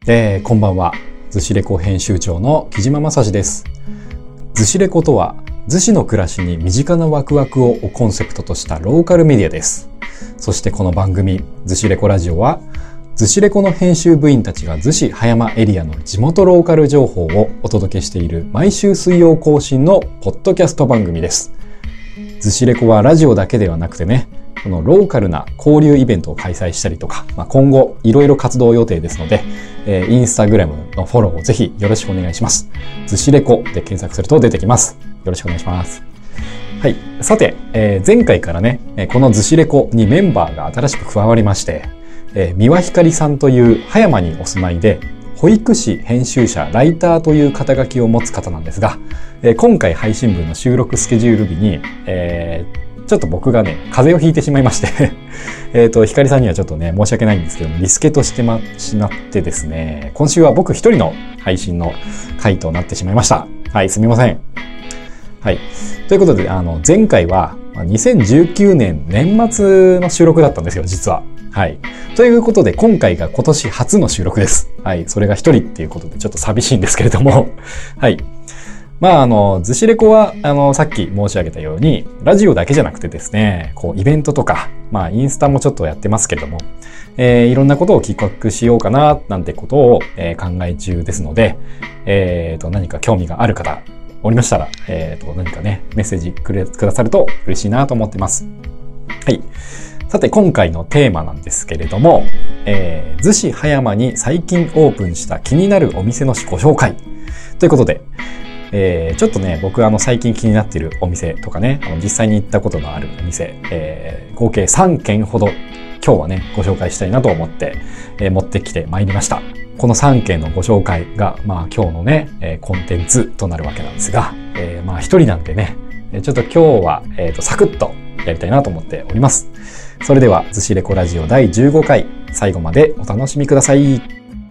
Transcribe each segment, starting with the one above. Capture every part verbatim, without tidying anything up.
えー、こんばんは。ずしレコ編集長の木島正史です。ずしレコとは、逗子の暮らしに身近なワクワクをコンセプトとしたローカルメディアです。そしてこの番組、ずしレコラジオは、ずしレコの編集部員たちが逗子葉山エリアの地元ローカル情報をお届けしている毎週水曜更新のポッドキャスト番組です。ずしレコはラジオだけではなくてね、このローカルな交流イベントを開催したりとか、まあ、今後いろいろ活動予定ですので、えー、インスタグラムのフォローをぜひよろしくお願いします。ずしレコで検索すると出てきます。よろしくお願いします。はい。さて、えー、前回からね、このずしレコにメンバーが新しく加わりまして、えー、三輪ひかりさんという葉山にお住まいで、保育士、編集者、ライターという肩書きを持つ方なんですが、えー、今回配信分の収録スケジュール日に、えーちょっと僕がね、風邪をひいてしまいましてえっと、ひかりさんにはちょっとね、申し訳ないんですけども、リスケとしてま、しまってですね、今週は僕一人の配信の回となってしまいました。はい、すみません。はい。ということで、あの、前回は、にせんじゅうきゅうねん年末の収録だったんですよ、実は。はい。ということで、今回が今年初の収録です。はい。それが一人っていうことで、ちょっと寂しいんですけれども。はい。まあ、あの、ずしレコは、あの、さっき申し上げたように、ラジオだけじゃなくてですね、こう、イベントとか、まあ、インスタもちょっとやってますけれども、えー、いろんなことを企画しようかな、なんてことを、えー、考え中ですので、えーと、何か興味がある方、おりましたら、えーと、何かね、メッセージくれ、くださると嬉しいなと思ってます。はい。さて、今回のテーマなんですけれども、えー、逗子葉山に最近オープンした気になるお店のご紹介。ということで、えー、ちょっとね、僕あの最近気になっているお店とかね、あの実際に行ったことのあるお店、えー、合計さんけんほど今日はね、ご紹介したいなと思って、えー、持ってきてまいりました。このさんけんのご紹介が、まあ今日のね、えー、コンテンツとなるわけなんですが、えー、まあ一人なんでね、ちょっと今日は、えーと、サクッとやりたいなと思っております。それでは、ずしレコラジオだいじゅうごかい、最後までお楽しみください。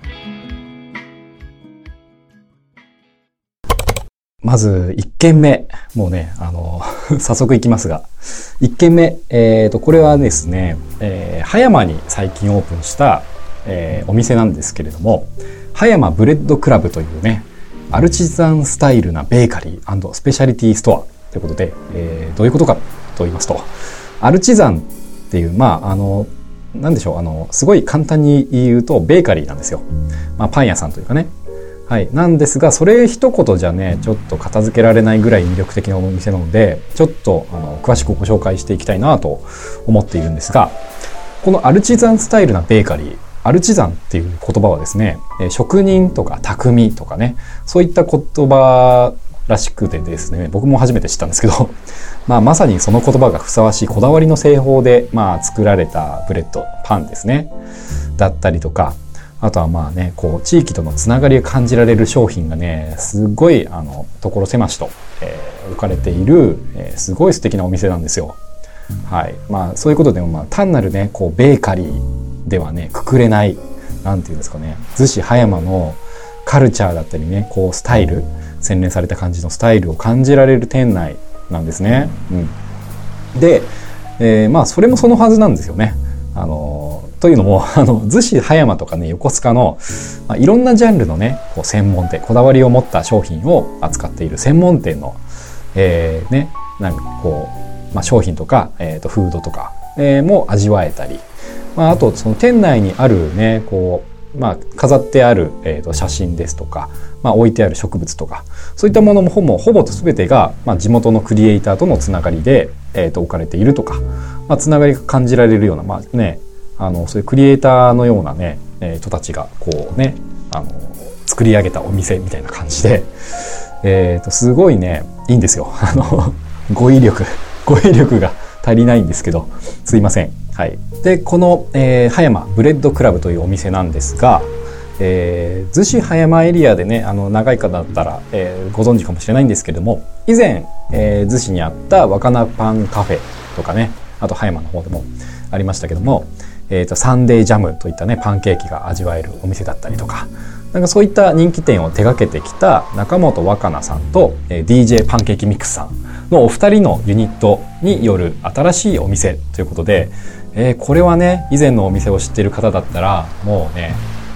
まずいっけんめ、もうね、あの早速いきますが、いっけんめ、えーとこれはですね、えー、葉山に最近オープンした、えー、お店なんですけれども、葉山ブレッドクラブというね、アルチザンスタイルなベーカリー&スペシャリティストアということで、えー、どういうことかと言いますと、アルチザンっていう、まああのなんでしょう、あのすごい簡単に言うとベーカリーなんですよ。まあパン屋さんというかね。はい。なんですが、それ一言じゃね、ちょっと片付けられないぐらい魅力的なお店なので、ちょっとあの詳しくご紹介していきたいなと思っているんですが、このアルチザンスタイルなベーカリー、アルチザンっていう言葉はですね、職人とか匠とかね、そういった言葉らしくてですね、僕も初めて知ったんですけど、まあまさにその言葉がふさわしいこだわりの製法で、まあ作られたブレッド、パンですね、だったりとか、あとはまあね、こう地域とのつながりを感じられる商品がね、すごいあの所狭しと、えー、置かれている、えー、すごい素敵なお店なんですよ。はい。まあそういうことでも、まあ単なるね、こうベーカリーではね、くくれない、なんていうんですかね、逗子葉山のカルチャーだったりね、こうスタイル、洗練された感じのスタイルを感じられる店内なんですね。うん。で、えー、まあそれもそのはずなんですよね。あのーというのも、あの、逗子葉山とかね、横須賀の、まあ、いろんなジャンルのね、こう専門店、こだわりを持った商品を扱っている専門店の、えー、ね、なんかこう、まあ、商品とか、えーと、フードとか、えー、も味わえたり、まあ、あと、その店内にあるね、こう、まあ、飾ってある、えーと、写真ですとか、まあ、置いてある植物とか、そういったものもほぼ、ほぼ全てが、まあ、地元のクリエイターとのつながりで、えーと、置かれているとか、まあ、つながりが感じられるような、まあね、あのそういうクリエイターのようなね、えー、人たちがこうね、あの作り上げたお店みたいな感じで、えー、とすごいねいいんですよ。あの語彙力語彙力が足りないんですけど、すいません。はい。でこの、えー、葉山ブレッドクラブというお店なんですが、えー、逗子葉山エリアでね、あの長い方だったら、えー、ご存知かもしれないんですけれども、以前、えー、逗子にあった若菜パンカフェとかね、あと葉山の方でもありましたけども、えーと、サンデージャムといったねパンケーキが味わえるお店だったりとか、なんかそういった人気店を手掛けてきた中本若菜さんと、えー、ディージェー パンケーキミックスさんのお二人のユニットによる新しいお店ということで、えー、これはね以前のお店を知っている方だったらもうねあ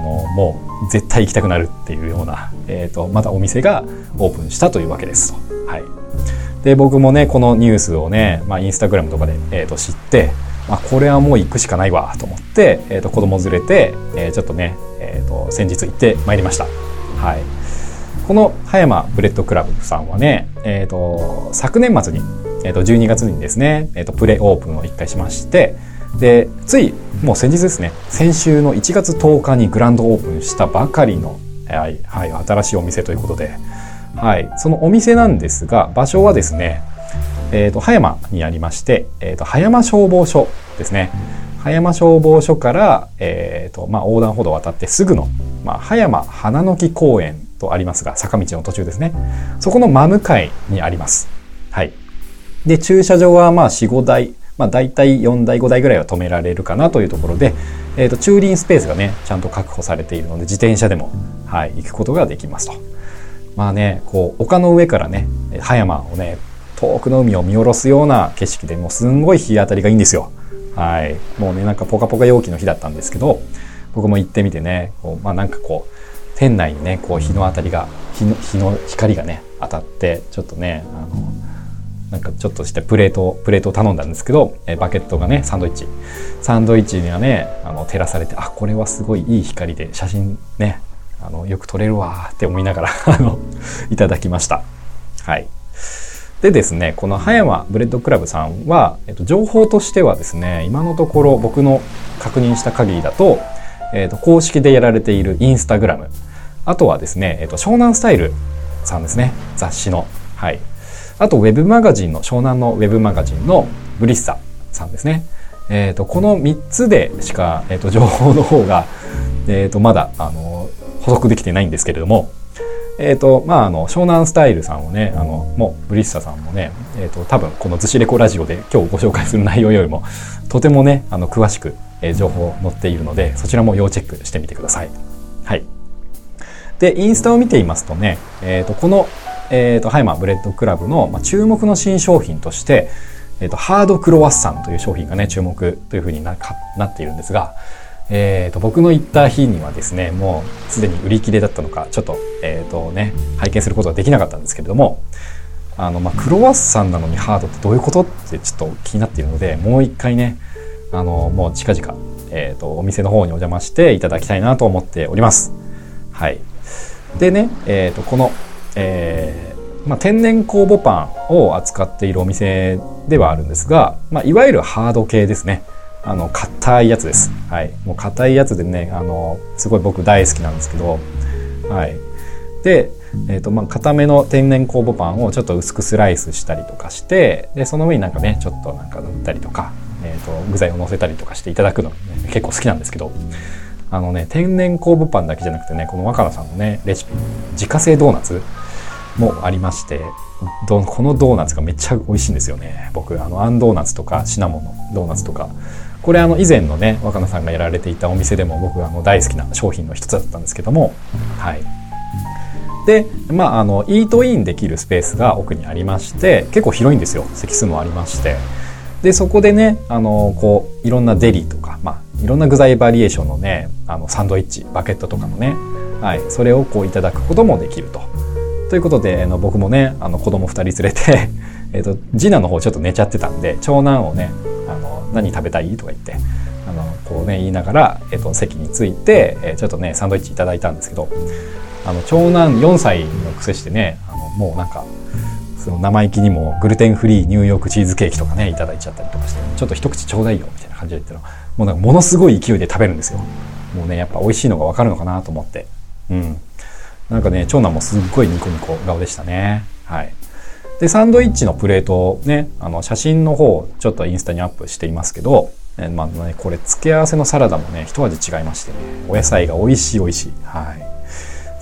のもう絶対行きたくなるっていうような、えーと、またお店がオープンしたというわけですと。はい。で、僕もね、このニュースをね、まあ、インスタグラムとかで、えーと、知って、まあ、これはもう行くしかないわと思って、えーと、子供連れて、えー、ちょっとね、えーと、先日行ってまいりました。はい。この葉山ブレッドクラブさんはね、えーと、昨年末に、えーと、じゅうにがつにですね、えーと、プレオープンをいっかいしまして、で、ついもう先日ですね、先週のいちがつとおかにグランドオープンしたばかりの、はい、はい、新しいお店ということで、はい、そのお店なんですが、場所はですね、えーと、葉山にありまして、えーと、葉山消防署ですね。葉山消防署から、えーと、まあ、横断歩道を渡ってすぐの、まあ、葉山花の木公園とありますが、坂道の途中ですね。そこの真向かいにあります。はい。で、駐車場はまあよん、ごだい、まあ大体よんだい、ごだいぐらいは止められるかなというところで、えーと、駐輪スペースがね、ちゃんと確保されているので、自転車でも、はい、行くことができますと。まあね、こう、丘の上からね、葉山をね、遠くの海を見下ろすような景色で、もうすんごい日当たりがいいんですよ。はい。もうね、なんかポカポカ陽気の日だったんですけど、僕も行ってみてね、こうまあなんかこう、店内にね、こう日の当たりが、日の、日の光がね、当たって、ちょっとね、あの、なんかちょっとしてプレート、プレートを頼んだんですけど、えバケットがね、サンドイッチ。サンドイッチにはね、あの、照らされて、あ、これはすごいいい光で写真ね、あの、よく撮れるわーって思いながら、あの、いただきました。はい。でですね、この葉山ブレッドクラブさんは、えっと、情報としてはですね、今のところ僕の確認した限りだと、えっと、公式でやられているインスタグラム、あとはですね、えっと、湘南スタイルさんですね、雑誌の。はい。あと、ウェブマガジンの、湘南のウェブマガジンのブリッサさんですね。えっと、このみっつでしか、えっと、情報の方が、えっと、まだ、あの、補足できてないんですけれども、えっと、まあ、あの、湘南スタイルさんをね、あの、もう、ブリッサさんもね、えっと、多分、このズシレコラジオで今日ご紹介する内容よりも、とてもね、あの、詳しく、えー、情報載っているので、そちらも要チェックしてみてください。はい。で、インスタを見ていますとね、えっと、この、えっと、葉山ブレッドクラブの、まあ、注目の新商品として、えっと、ハードクロワッサンという商品がね、注目というふうに な, なっているんですが、えーと、僕の行った日にはですね、もうすでに売り切れだったのか、ちょっと、えーとね、拝見することができなかったんですけれども、あの、まあ、クロワッサンなのにハードってどういうことってちょっと気になっているので、もう一回ね、あの、もう近々、えーと、お店の方にお邪魔していただきたいなと思っております。はい。でね、えーと、この、えーまあ、天然酵母パンを扱っているお店ではあるんですが、まあ、いわゆるハード系ですね。あの、硬いやつです。はい。もう硬いやつでね、あの、すごい僕大好きなんですけど、はい。で、えっと、まあ、硬めの天然酵母パンをちょっと薄くスライスしたりとかして、で、その上になんかね、ちょっとなんか塗ったりとか、えっと、具材を乗せたりとかしていただくのが、ね、結構好きなんですけど、あのね、天然酵母パンだけじゃなくてね、この若菜さんのね、レシピ、自家製ドーナツもありまして、どこのドーナツがめっちゃ美味しいんですよね。僕、あの、あんドーナツとかシナモンのドーナツとか、これあの以前のね若菜さんがやられていたお店でも僕あの大好きな商品の一つだったんですけども、はい。で、まああのイートインできるスペースが奥にありまして、結構広いんですよ。席数もありまして、でそこでねあのこういろんなデリとか、まあいろんな具材バリエーションのねあのサンドイッチ、バケットとかのね、はい、それをこういただくこともできると。ということであの僕もねあの子供ふたり連れてえっと次男の方ちょっと寝ちゃってたんで、長男をねあの何食べたいとか言ってあのこうね言いながら、えっと、席に着いて、えー、ちょっとねサンドイッチいただいたんですけど、あの長男よんさいの癖してねあのもうなんかその生意気にもグルテンフリーニューヨークチーズケーキとかねいただいちゃったりとかして、ちょっと一口ちょうだいよみたいな感じで言ったら、もうなんかものすごい勢いで食べるんですよ。もうねやっぱ美味しいのが分かるのかなと思って、うんなんかね長男もすっごいニコニコ顔でしたね。はい。でサンドイッチのプレートをねあの写真の方ちょっとインスタにアップしていますけど、えまあね、これ付け合わせのサラダもね一味違いましてね、お野菜が美味しい美味しい、はい、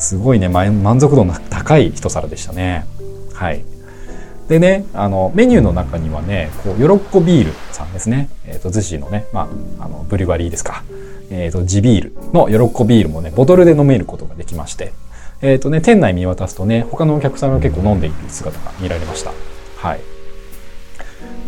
すごいね満足度の高い一皿でしたね。はい。でねあのメニューの中にはねこうヨロッコビールさんですね、えーと逗子のね、まあ、あのブリュワリーですか、えーと地ビールのヨロッコビールもねボトルで飲めることができまして、えーとね、店内見渡すとね他のお客さんが結構飲んでいる姿が見られました。はい。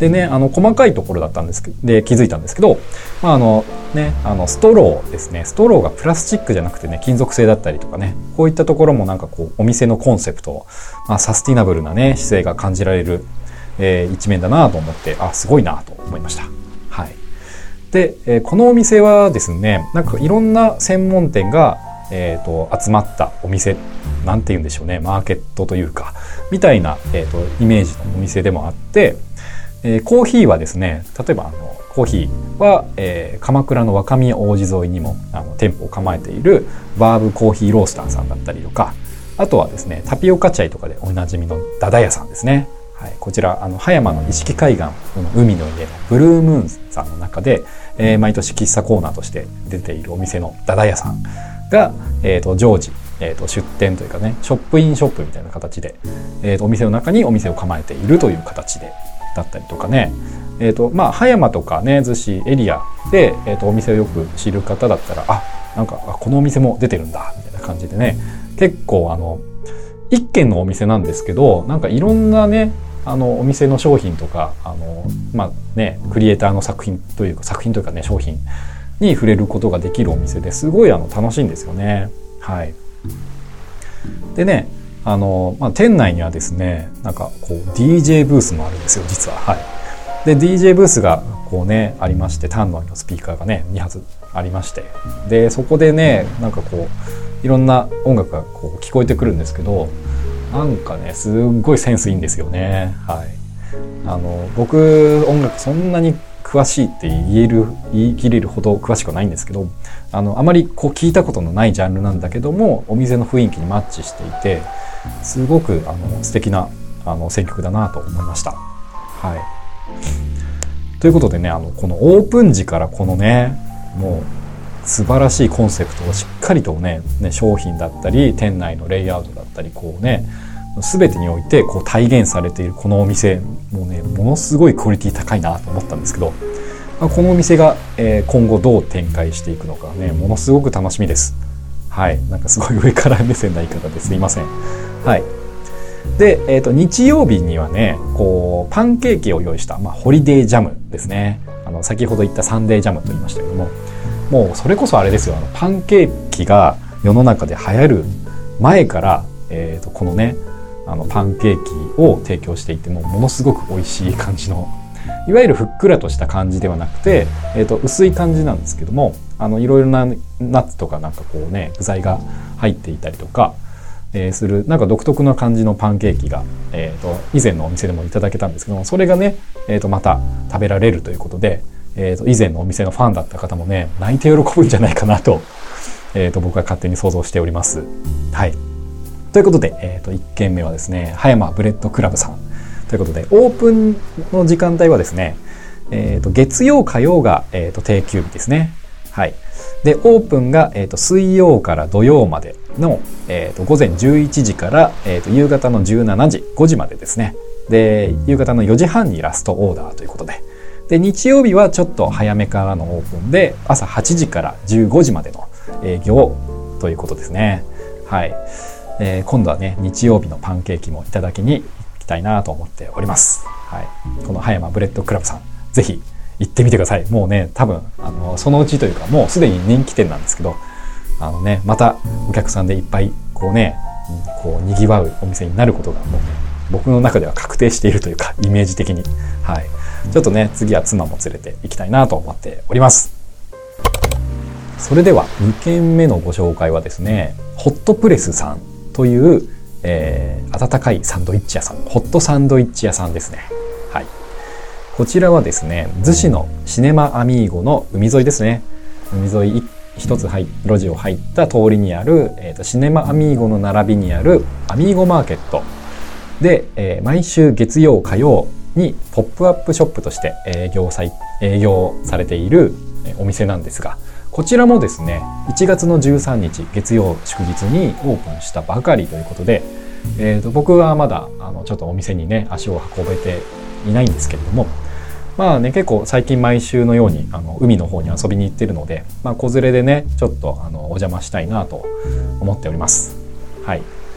でね、あの細かいところだったんですけど、で気づいたんですけど、まああのね、あのストローですね、ストローがプラスチックじゃなくてね、金属製だったりとかね、こういったところもなんかこうお店のコンセプト、まあ、サスティナブルなね姿勢が感じられる、えー、一面だなと思って、あ、すごいなと思いました。はい。で、えー、このお店はですね、なんかいろんな専門店が、えー、と集まったお店、なんて言うんでしょうね、マーケットというかみたいな、えー、とイメージのお店でもあって、えー、コーヒーはですね、例えばあのコーヒーは、えー、鎌倉の若宮大路沿いにもあの店舗を構えているバーブコーヒーロースターさんだったりとか、あとはですね、タピオカチャイとかでおなじみのダダ屋さんですね。はい、こちらあの葉山の錦海岸の海の家のブルームーンさんの中で、えー、毎年喫茶コーナーとして出ているお店のダダ屋さんが、えー、と常時、えー、と出店というかね、ショップインショップみたいな形で、えー、とお店の中にお店を構えているという形でだったりとかね、えーとまあ、葉山とかね、逗子エリアで、えー、とお店をよく知る方だったら、あ、なんかあこのお店も出てるんだみたいな感じでね、結構あの一軒のお店なんですけど、なんかいろんなね、あのお店の商品とか、あのまあね、クリエイターの作品というか作品というかね、商品に触れることができるお店ですごいあの楽しいんですよね。はい。でね、あの、まあ、店内にはですね、なんかこう ディージェー ブースもあるんですよ、実は。はい。で ディージェー ブースがこうねありまして、単のスピーカーがねに発ありまして、でそこでね、なんかこういろんな音楽がこう聞こえてくるんですけど、なんかねすっごいセンスいいんですよね。はい。あの僕音楽そんなに詳しいって言える言い切れるほど詳しくはないんですけど、あのあまりこう聞いたことのないジャンルなんだけども、お店の雰囲気にマッチしていて、すごくあの素敵なあの選曲だなと思いました。はい。ということでね、あのこのオープン時からこのね、もう素晴らしいコンセプトをしっかりと ね, ね商品だったり店内のレイアウトだったり、こうね全てにおいてこう体現されているこのお店、もうねものすごいクオリティ高いなと思ったんですけど、まあ、このお店が、えー、今後どう展開していくのかね、ものすごく楽しみです。はい。なんかすごい上から目線な言い方ですいません。はい。で、えーと、日曜日にはね、こうパンケーキを用意した、まあ、ホリデージャムですね。あの先ほど言ったサンデージャムと言いましたけども、もうそれこそあれですよ、あのパンケーキが世の中で流行る前から、えーと、このねあのパンケーキを提供していて、もものすごく美味しい感じの、いわゆるふっくらとした感じではなくて、えーと、薄い感じなんですけども、あのいろいろなナッツとかなんかこうね具材が入っていたりとか、えー、するなんか独特な感じのパンケーキが、えーと、以前のお店でもいただけたんですけども、それがね、えーと、また食べられるということで、えーと、以前のお店のファンだった方もね泣いて喜ぶんじゃないかなと、えーと、僕は勝手に想像しております。はい。ということで、えーと、いっけんめはですね、葉山ブレッドクラブさんということで、オープンの時間帯はですね、えーと、月曜火曜が、えーと、定休日ですね。はい。でオープンが、えーと、水曜から土曜までの、えーと、午前じゅういちじから、えーと、夕方のじゅうしちじごじまでですね。で夕方のよじはんにラストオーダーということで、で日曜日はちょっと早めからのオープンで、朝はちじからじゅうごじまでの営業ということですね。はい。えー、今度はね日曜日のパンケーキもいただきに行きたいなと思っております。はい。この葉山ブレッドクラブさん、ぜひ行ってみてください。もうね多分あのそのうちというか、もうすでに人気店なんですけど、あのねまたお客さんでいっぱいこうねこう賑わうお店になることがもうね僕の中では確定しているというか、イメージ的に、はい、ちょっとね次は妻も連れて行きたいなと思っております。それではにけんめのご紹介はですね、ホットプレスさんという、えー、温かいサンドイッチ屋さん、ホットサンドイッチ屋さんですね。はい。こちらはですね、逗子のシネマアミーゴの海沿いですね。海沿い一つ入路地を入った通りにある、えーと、シネマアミーゴの並びにあるアミーゴマーケットで、えー、毎週月曜火曜にポップアップショップとして営業さ営業されているお店なんですが、こちらもですねいちがつのじゅうさんにち月曜祝日にオープンしたばかりということで、えーと、僕はまだあのちょっとお店にね足を運べていないんですけれども、まあね結構最近毎週のようにあの海の方に遊びに行ってるので、まあ、子連れでねちょっとあのお邪魔したいなと思っております。はい。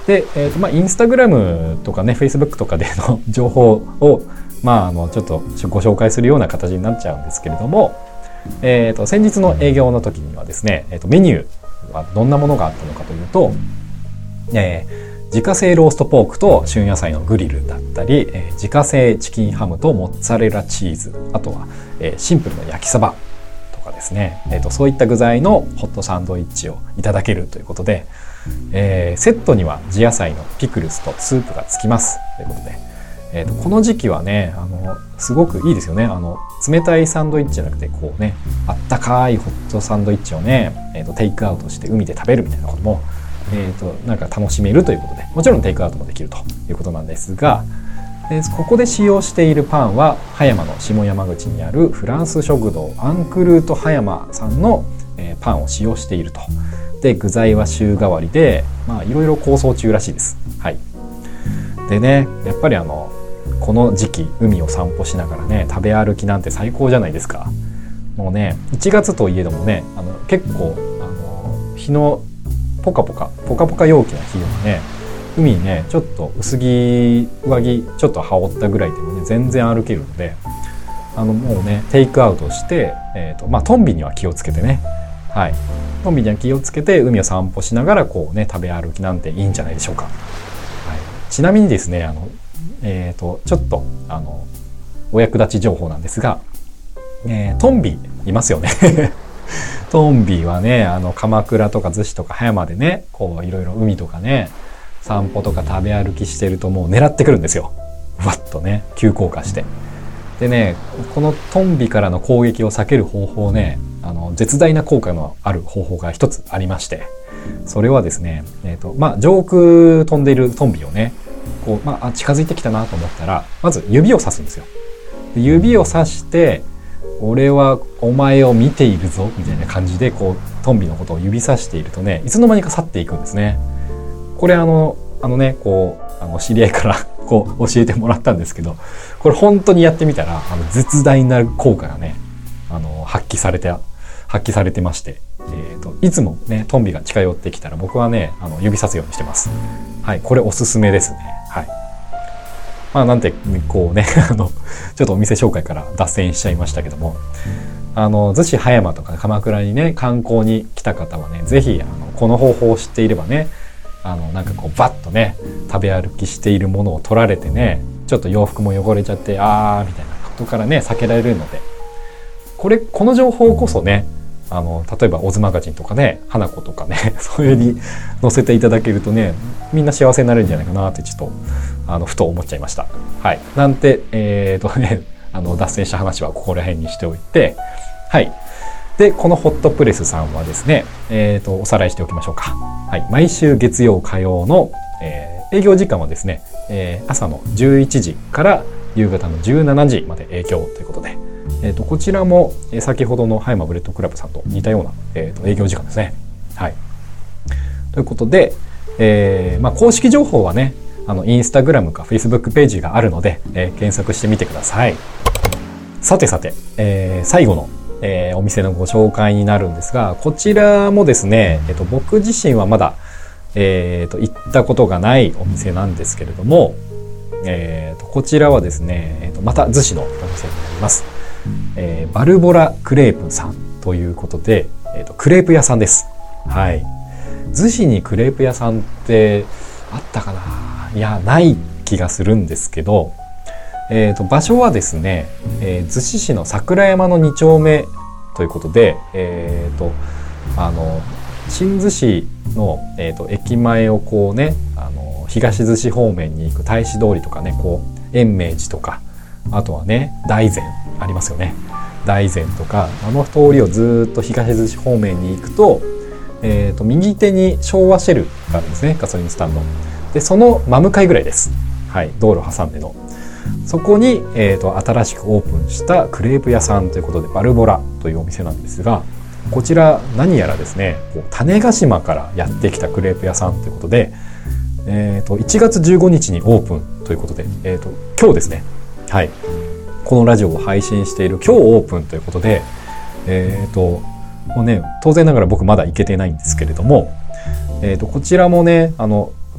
で、えーとまあ、インスタグラムとかね、フェイスブックとかでの情報を、まあ、あのちょっとご紹介するような形になっちゃうんですけれども、えーと先日の営業の時にはですね、えーとメニューはどんなものがあったのかというと、えー、自家製ローストポークと旬野菜のグリルだったり、えー、自家製チキンハムとモッツァレラチーズ、あとは、えー、シンプルな焼きそばとかですね、えーとそういった具材のホットサンドイッチをいただけるということで、えー、セットには地野菜のピクルスとスープがつきますということで、えーとこの時期はね、あのすごくいいですよね。あの冷たいサンドイッチじゃなくて、こうね、あったかいホットサンドイッチをね、えーとテイクアウトして海で食べるみたいなことも、えーとなんか楽しめるということで、もちろんテイクアウトもできるということなんですが、でここで使用しているパンは葉山の下山口にあるフランス食堂アンクルート葉山さんの、えー、パンを使用していると。で具材は週替わりで、まあいろいろ構想中らしいです。はい。でね、やっぱりあのこの時期海を散歩しながらね、食べ歩きなんて最高じゃないですか。もうね、いちがつといえどもね、あの結構あの日のポカポカポカポカ陽気な日でもね、海にねちょっと薄着上着ちょっと羽織ったぐらいでもね全然歩けるので、あのもうねテイクアウトして、えーとまあ、トンビには気をつけてね、はい、トンビには気をつけて海を散歩しながらこうね食べ歩きなんていいんじゃないでしょうか。はい、ちなみにですね、あの、えーとちょっとあのお役立ち情報なんですが、えー、トンビいますよね。トンビはね、あの鎌倉とか逗子とか葉山でね、こういろいろ海とかね散歩とか食べ歩きしてるともう狙ってくるんですよ。わっとね急降下して、でね、このトンビからの攻撃を避ける方法ね、あの絶大な効果のある方法が一つありまして、それはですね、えーとまあ、上空飛んでいるトンビをねこう、まあ、近づいてきたなと思ったらまず指をさすんですよ。で指をさして俺はお前を見ているぞみたいな感じでこうトンビのことを指さしているとね、いつの間にか去っていくんですね。これあのあのねこうあの知り合いからこう教えてもらったんですけど、これ本当にやってみたらあの絶大な効果がねあの発揮されて発揮されてまして、えーと、いつもねトンビが近寄ってきたら僕はねあの指さすようにしてます。はい、これおすすめですね。はい。まあなんてこうねあのちょっとお店紹介から脱線しちゃいましたけども、あの逗子葉山とか鎌倉にね観光に来た方はね、ぜひあのこの方法を知っていればね、あのなんかこうバッとね食べ歩きしているものを取られてね、ちょっと洋服も汚れちゃってあーみたいなことからね避けられるので、これこの情報こそね、あの例えばオズマガジンとかね花子とかねそういうに載せていただけるとね、みんな幸せになれるんじゃないかなってちょっとあのふと思っちゃいました。はい。なんてえー、とねあの脱線した話はここら辺にしておいて、はい。でこのホットプレスさんはですね、えー、とおさらいしておきましょうか。はい、毎週月曜火曜の、えー、営業時間はですね、えー、朝のじゅういちじから夕方のじゅうしちじまで営業ということで、えー、とこちらも、えー、先ほどの葉山ブレッドクラブさんと似たような、えー、と営業時間ですね。はい、ということで、えーまあ、公式情報はねあのインスタグラムかフェイスブックページがあるので、えー、検索してみてください。さてさて、えー、最後のえー、お店のご紹介になるんですが、こちらもですね、えー、と僕自身はまだ、えー、と行ったことがないお店なんですけれども、えー、とこちらはですね、えー、とまた逗子のお店になります、えー、バルボラクレープさんということで、えー、とクレープ屋さんです。はい。逗子にクレープ屋さんってあったかな？いや、ない気がするんですけど、えー、と場所はですね、えー、逗子市の桜山のに丁目ということで、えー、とあの新逗子の、えー、と駅前をこうね、あの東逗子方面に行く太子通りとかね、こう延命寺とか、あとはね大膳ありますよね。大膳とかあの通りをずっと東逗子方面に行くと、えー、と右手に昭和シェルがあるんですね、ガソリンスタンドで、その真向かいぐらいです。はい、道路挟んでのそこに、えー、と新しくオープンしたクレープ屋さんということでバルボラというお店なんですが、こちら何やらですね、こう種子島からやってきたクレープ屋さんということで、えー、といちがつじゅうごにちにオープンということで、えー、と今日ですね、はい、このラジオを配信している今日オープンということで、えー、ともうね当然ながら僕まだ行けてないんですけれども、えー、とこちらもねあの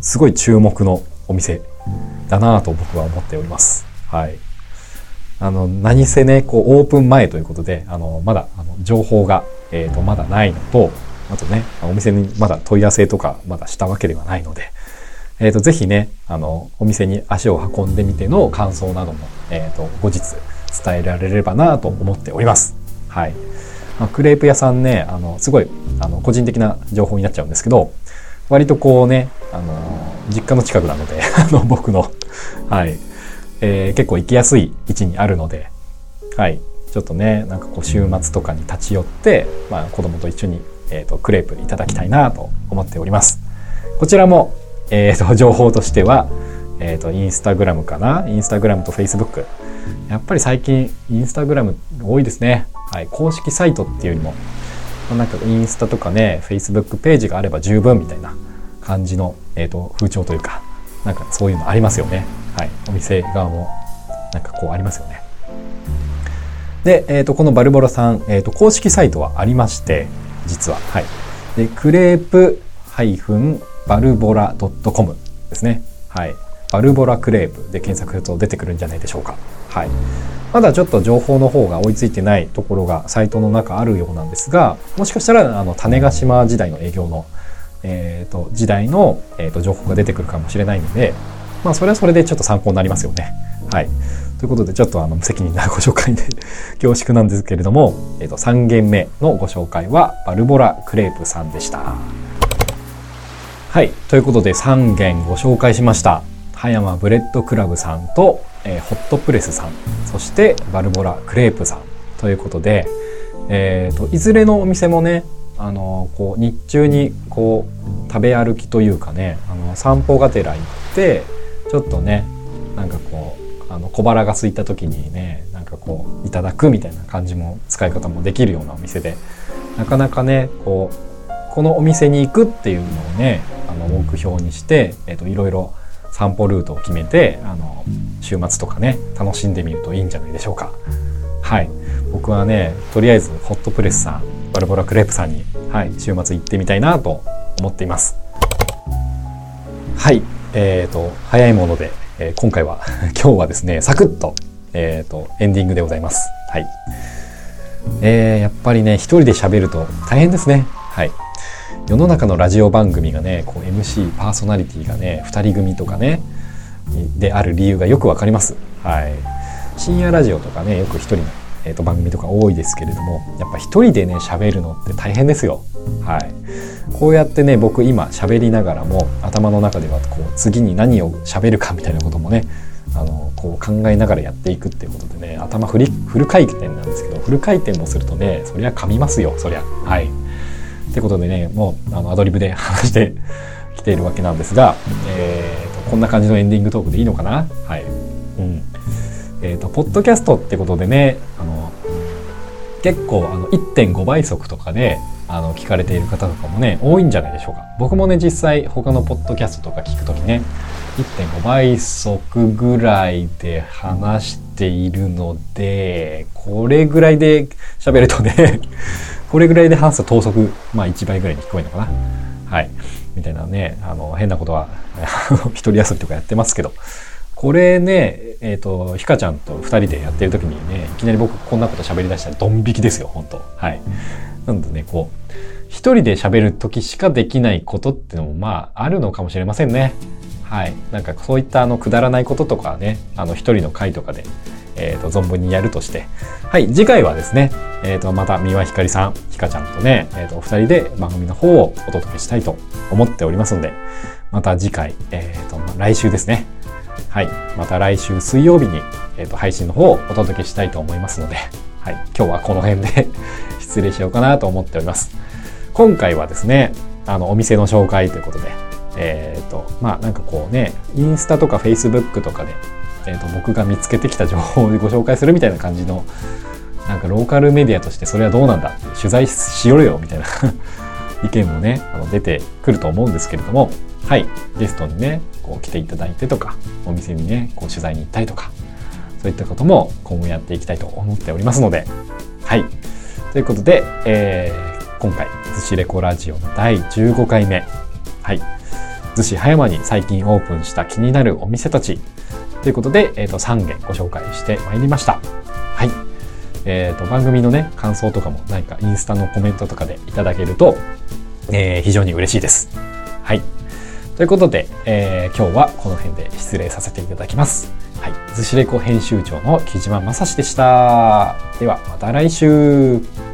すごい注目のお店だなと僕は思っております。はい。あの、何せね、こう、オープン前ということで、あの、まだ、あの、情報が、えっと、まだないのと、あとね、お店にまだ問い合わせとかまだしたわけではないので、えっと、ぜひね、あの、お店に足を運んでみての感想なども、えっと、後日伝えられればなと思っております。はい。まあ、クレープ屋さんね、あの、すごい、あの、個人的な情報になっちゃうんですけど、割とこうね、あの、実家の近くなので、あの、僕の、はい、えー、結構行きやすい位置にあるので、はい、ちょっとね、なんかこう週末とかに立ち寄って、まあ、子供と一緒に、えっと、クレープいただきたいなと思っております。こちらも、えっと、情報としては、えっと、インスタグラムかな、インスタグラムとフェイスブック。やっぱり最近、インスタグラム多いですね。はい、公式サイトっていうよりも、なんかインスタとかね、フェイスブックページがあれば十分みたいな感じの、えっと、風潮というか、なんかそういうのありますよね。はい、お店側もなんかこうありますよね。で、えっと、このバルボラさん、えっと、公式サイトはありまして、実は、はい。で、クレープバルボラドットコムですね。はい。バルボラクレープで検索すると出てくるんじゃないでしょうか。はい。まだちょっと情報の方が追いついてないところがサイトの中あるようなんですが、もしかしたらあの種子島時代の営業の、えー、と時代の、えー、と情報が出てくるかもしれないので、まあそれはそれでちょっと参考になりますよね。はい。ということでちょっとあの無責任なご紹介で恐縮なんですけれども、えー、とさん軒目のご紹介はバルボラクレープさんでした。はい。ということでさん軒ご紹介しました。葉山ブレッドクラブさんと、えー、ホットプレスさん、そしてバルボラクレープさんということで、えー、といずれのお店もね、あのー、こう日中にこう食べ歩きというかね、あの散歩がてら行ってちょっとね、なんかこうあの小腹が空いた時にね、なんかこういただくみたいな感じも使い方もできるようなお店で、なかなかね、こうこのお店に行くっていうのをね、あの目標にして、えー、といろいろ散歩ルートを決めて、あの週末とかね楽しんでみるといいんじゃないでしょうか。はい、僕はね、とりあえずホットプレスさん、バルボラクレープさんに、はい、週末行ってみたいなと思っています。はい、えーと早いもので、えー、今回は今日はですね、サクッと、えーとエンディングでございます。はい、えー、やっぱりね、一人で喋ると大変ですね。はい。世の中のラジオ番組がね、こう エムシー パーソナリティがねふたり組とかねである理由がよくわかります。はい。深夜ラジオとかね、よく一人の、えー、と番組とか多いですけれども、やっぱ一人でね喋るのって大変ですよ。はい。こうやってね、僕今喋りながらも頭の中ではこう次に何を喋るかみたいなこともね、あのこう考えながらやっていくっていうことでね、頭フリフル回転なんですけど、フル回転もするとね、そりゃ噛みますよ、そりゃ。はい。ってことでね、もうあのアドリブで話してきているわけなんですが、えーと、こんな感じのエンディングトークでいいのかな。はい。うん。えーと、ポッドキャストってことでね、あの結構あの いってんご 倍速とかであの聞かれている方とかもね、多いんじゃないでしょうか。僕もね、実際他のポッドキャストとか聞くときね、いってんご 倍速ぐらいで話しているので、これぐらいで喋るとねこれぐらいで話すと等速、まあいちばいぐらいに聞こえるのかな。はい。みたいなね、あの、変なことは、一人遊びとかやってますけど、これね、えっと、ひかちゃんとふたりでやってる時にね、いきなり僕こんなこと喋り出したらドン引きですよ、本当。はい。なのでね、こう、一人で喋る時しかできないことっていうのも、まあ、あるのかもしれませんね。はい。なんかそういったあの、くだらないこととかね、あの、一人の回とかで、えー、と存分にやるとして、はい、次回はですね、えー、とまた三輪ひかりさん、ひかちゃんとね、えー、とお二人で番組の方をお届けしたいと思っておりますので、また次回、えー、と来週ですね、はい、また来週水曜日に、えー、と配信の方をお届けしたいと思いますので、はい、今日はこの辺で失礼しようかなと思っております。今回はですね、あのお店の紹介ということで、えー、とまあなんかこうね、インスタとかフェイスブックとかでえー、と僕が見つけてきた情報をご紹介するみたいな感じの、なんかローカルメディアとしてそれはどうなんだ、取材しようよみたいな意見もね、あの出てくると思うんですけれども、はい、ゲストにねこう来ていただいてとか、お店にねこう取材に行ったりとか、そういったことも今後やっていきたいと思っておりますので、はい、ということで、えー、今回寿司レコラジオのだいじゅうごかいめ、はい、 逗子葉山に最近オープンした気になるお店たちということで、えー、とさん軒ご紹介してまいりました。はい。えー、と番組のね感想とかも何かインスタのコメントとかでいただけると、えー、非常に嬉しいです。はい。ということで、えー、今日はこの辺で失礼させていただきます。はい。逗子レコ編集長の木島正史でした。ではまた来週。